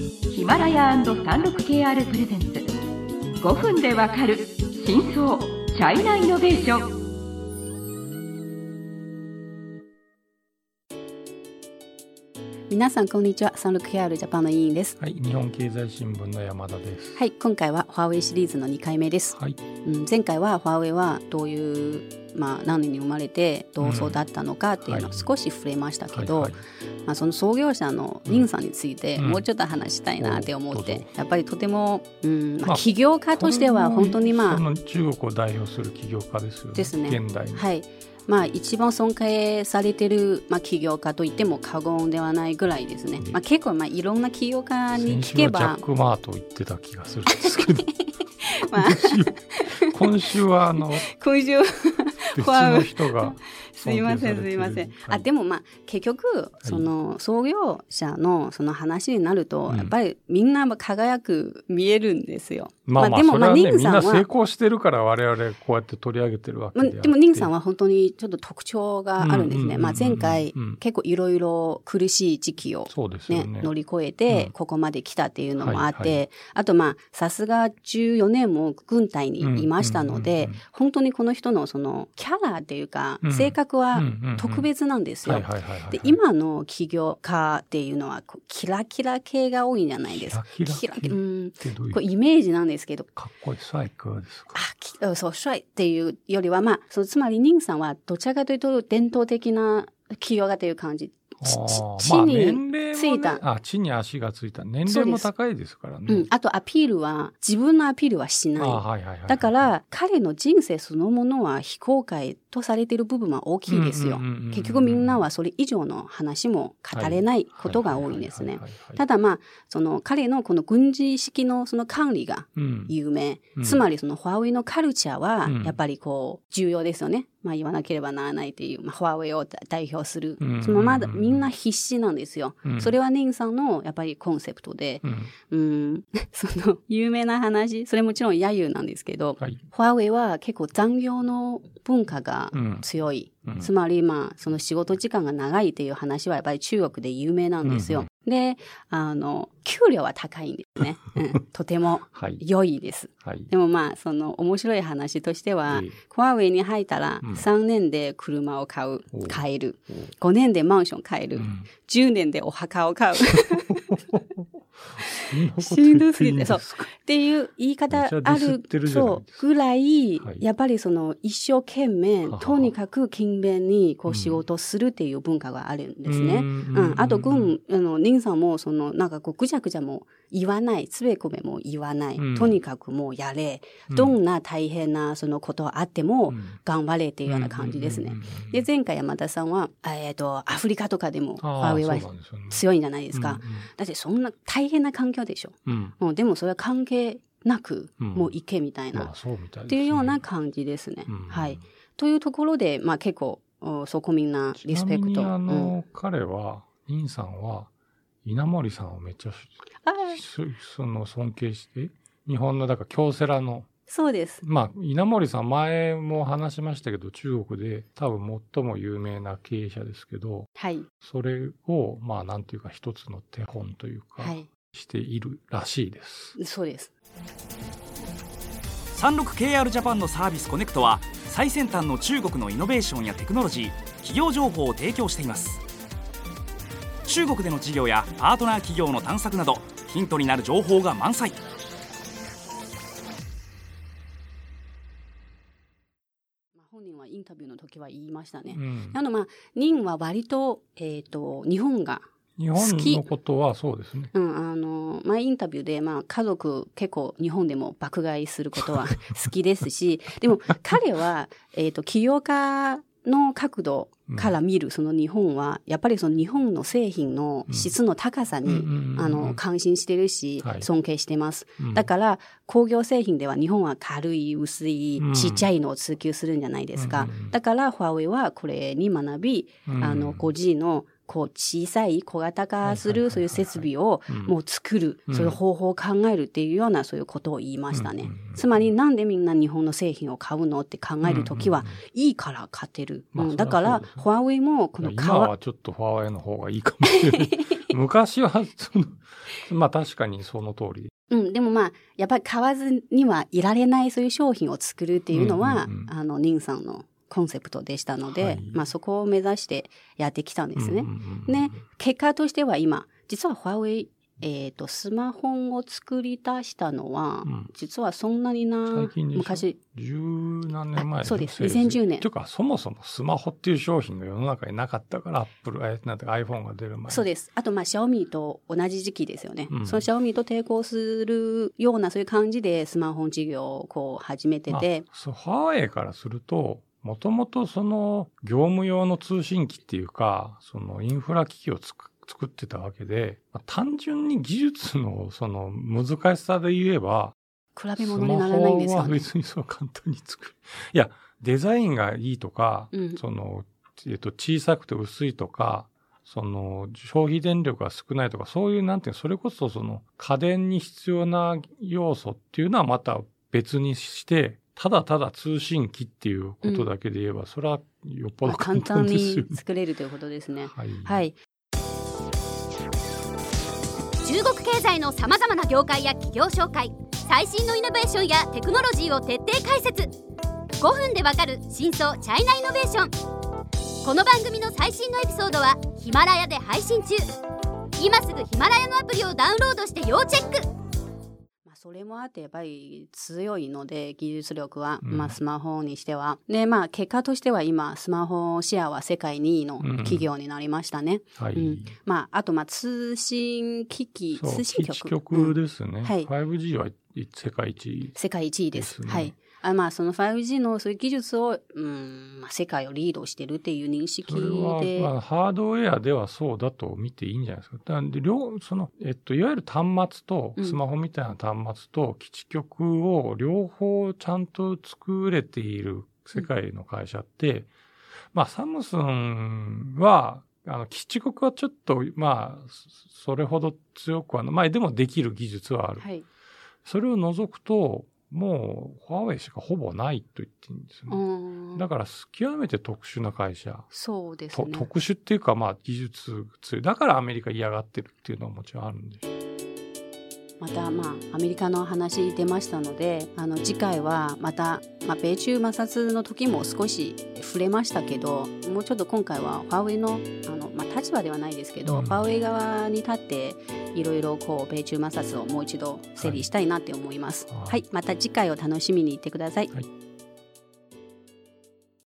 ヒマラヤ &36KR プレゼンツ5分でわかる真相チャイナイノベーション。 皆さんこんにちは。 36KR ジャパンの委員です。 はい、日本経済新聞の山田です。 はい、今回はファーウェイシリーズの2回目です。 はい、 前回はファーウェイはどういう、何年に生まれてどう育ったのかっていうのを少し触れましたけど、その創業者のニンさんについてもうちょっと話したいなって思って、やっぱりとても、起業家としては本当にその中国を代表する起業家ですよね。 ですね。 現代に。 はい。一番尊敬されている、起業家といっても過言ではないぐらいですね。結構いろんな起業家に聞けば、 先週はジャック・マーと言ってた気がするんですけど今週は別の人がすいません。でも結局その創業者のその話になると、やっぱりみんな輝く見えるんですよ。 でもそれはね、みんな成功してるから我々こうやって取り上げてるわけであって、 でもニンさんは本当にちょっと特徴があるんですね。前回結構いろいろ苦しい時期を、乗り越えてここまで来たっていうのもあって、あとさすが14年も軍隊にいましたので、本当にこの人のそのキャラっていうか、性格は特別なんですよ。で、今の起業家っていうのはキラキラ系が多いんじゃないですか。これイメージなんですけど、 かっこいいサイクですか。そう、シャイっていうよりは、つまりニンさんはどちらかというと伝統的な起業家という感じ。地についた、 地に足がついた。年齢も高いですからね。 あとアピールは自分のアピールはしない。だから彼の人生そのものは非公開とされている部分は大きいですよ。結局みんなはそれ以上の話も語れないことが多いんですね。ただその彼のこの軍事式のその管理が有名。つまりそのファーウェイのカルチャーはやっぱり重要ですよね。言わなければならないという、ファーウェイを代表する。そのみんな必死なんですよ。それはニンさんのやっぱりコンセプトで、その有名な話、それもちろん揶揄なんですけど、ファーウェイは結構残業の文化が強い。つまりその仕事時間が長いという話はやっぱり中国で有名なんですよ。で、給料は高いんですね。とても良いです。でもその面白い話としては、ファーウェイに入ったら3年で車を買える。5年でマンション買える。10年でお墓を買う。しんどすぎて、そう。っていう言い方あるぐらい、やっぱりその一生懸命、とにかく勤勉に仕事をするっていう文化があるんですね。あとニンさんもぐちゃぐちゃも言わない、つべこべも言わない。とにかくもうやれ。どんな大変なそのことあっても頑張れっていうような感じですね。で、前回山田さんは、アフリカとかでもファーウェイは強いんじゃないですか。だってそんな大変な環境でしょ。でもそれは関係なく、もう行けみたいな。っていうような感じですね。はい。というところで、結構、そこみんなリスペクト。 ちなみに彼は、ニンさんは、稲森さんをめっちゃ尊敬して、日本の京セラの、 そうです。 稲森さん前も話しましたけど、中国で多分最も有名な経営者ですけど、それを、なんていうか一つの手本というか、しているらしいです。 そうです。 36KR ジャパンのサービスコネクトは最先端の中国のイノベーションやテクノロジー、企業情報を提供しています。中国での事業やパートナー企業の探索などヒントになる情報が満載。 本人はインタビューの時は言いましたね。ニンは割と、日本が日本のことはそうですね。 インタビューで、家族結構日本でも爆買いすることは好きですし、でも彼は、起業家の角度から見るその日本は、やっぱりその日本の製品の質の高さに、感心してるし、尊敬してます。だから、工業製品では日本は軽い、薄い、ちっちゃいのを追求するんじゃないですか。だから、ファーウェイはこれに学び、ご自身の小さい小型化するそういう設備をもう作る、そういう方法を考えるっていうようなそういうことを言いましたね。つまりなんでみんな日本の製品を買うのって考えるときは、いいから買ってる。だからファーウェイも今はちょっとファーウェイの方がいいかもしれない。 昔はまあ確かにその通り。 でもまあやっぱり買わずにはいられないそういう商品を作るっていうのは、任さんのコンセプトでしたので、はい、まあそこを目指してやってきたんですね。ね、結果としては今、実はファーウェイ、スマホを作り出したのは、実はそんなに昔。 十何年前。 そうです。2010年。 というか、そもそもスマホっていう商品が世の中になかったから、iPhone が出る前。 そうです。あと、まあ、シャオミと同じ時期ですよね。そのシャオミと抵抗するような、そういう感じでスマホ事業をこう始めてて。 ファーウェイからすると、もともとその業務用の通信機っていうか、そのインフラ機器を作ってたわけで、単純に技術のその難しさで言えば、 比べ物にならないんですよね。 スマホは別にそう簡単に作る。いや、デザインがいいとか、その、小さくて薄いとか、その、消費電力が少ないとか、そういうなんていうの、それこそその家電に必要な要素っていうのはまた別にして、ただただ通信機っていうことだけで言えば、それはよっぽど簡単ですよね。 簡単に作れるということですね。 はい。 はい。 中国経済のさまざまな業界や企業紹介、最新のイノベーションやテクノロジーを徹底解説。5分でわかる真相チャイナイノベーション。この番組の最新のエピソードはヒマラヤで配信中。今すぐヒマラヤのアプリをダウンロードして要チェック。 それもあってやっぱり強いので、技術力は、スマホにしては。で、まあ結果としては今、スマホシェアは世界2位の企業になりましたね。 はい。 まあ、あと通信機器、通信局。 基地局ですね。はい。5G は世界一位。 世界一位です。はい。まあその 5G のそういう技術を、世界をリードしてるっていう認識で。 それは、ハードウェアではそうだと見ていいんじゃないですか。で、その、いわゆる端末と、スマホみたいな端末と基地局を両方ちゃんと作れている世界の会社って、まあサムスンは、基地局はちょっと、まあ、それほど強くはない。まあでもできる技術はある。はい。それを除くと、もう、ファーウェイしかほぼないと言っていいんですね。だから、極めて特殊な会社。 そうですね。 特殊っていうか、まあ、技術強い。だからアメリカ嫌がってるっていうのはもちろんあるんで。 また、まあ、アメリカの話出ましたので、次回はまた、米中摩擦の時も少し触れましたけど、もうちょっと今回はファーウェイの、立場ではないですけど、ファーウェイ側に立って、いろいろこう米中摩擦をもう一度整理したいなって思います。はい、また次回を楽しみにいてください。はい。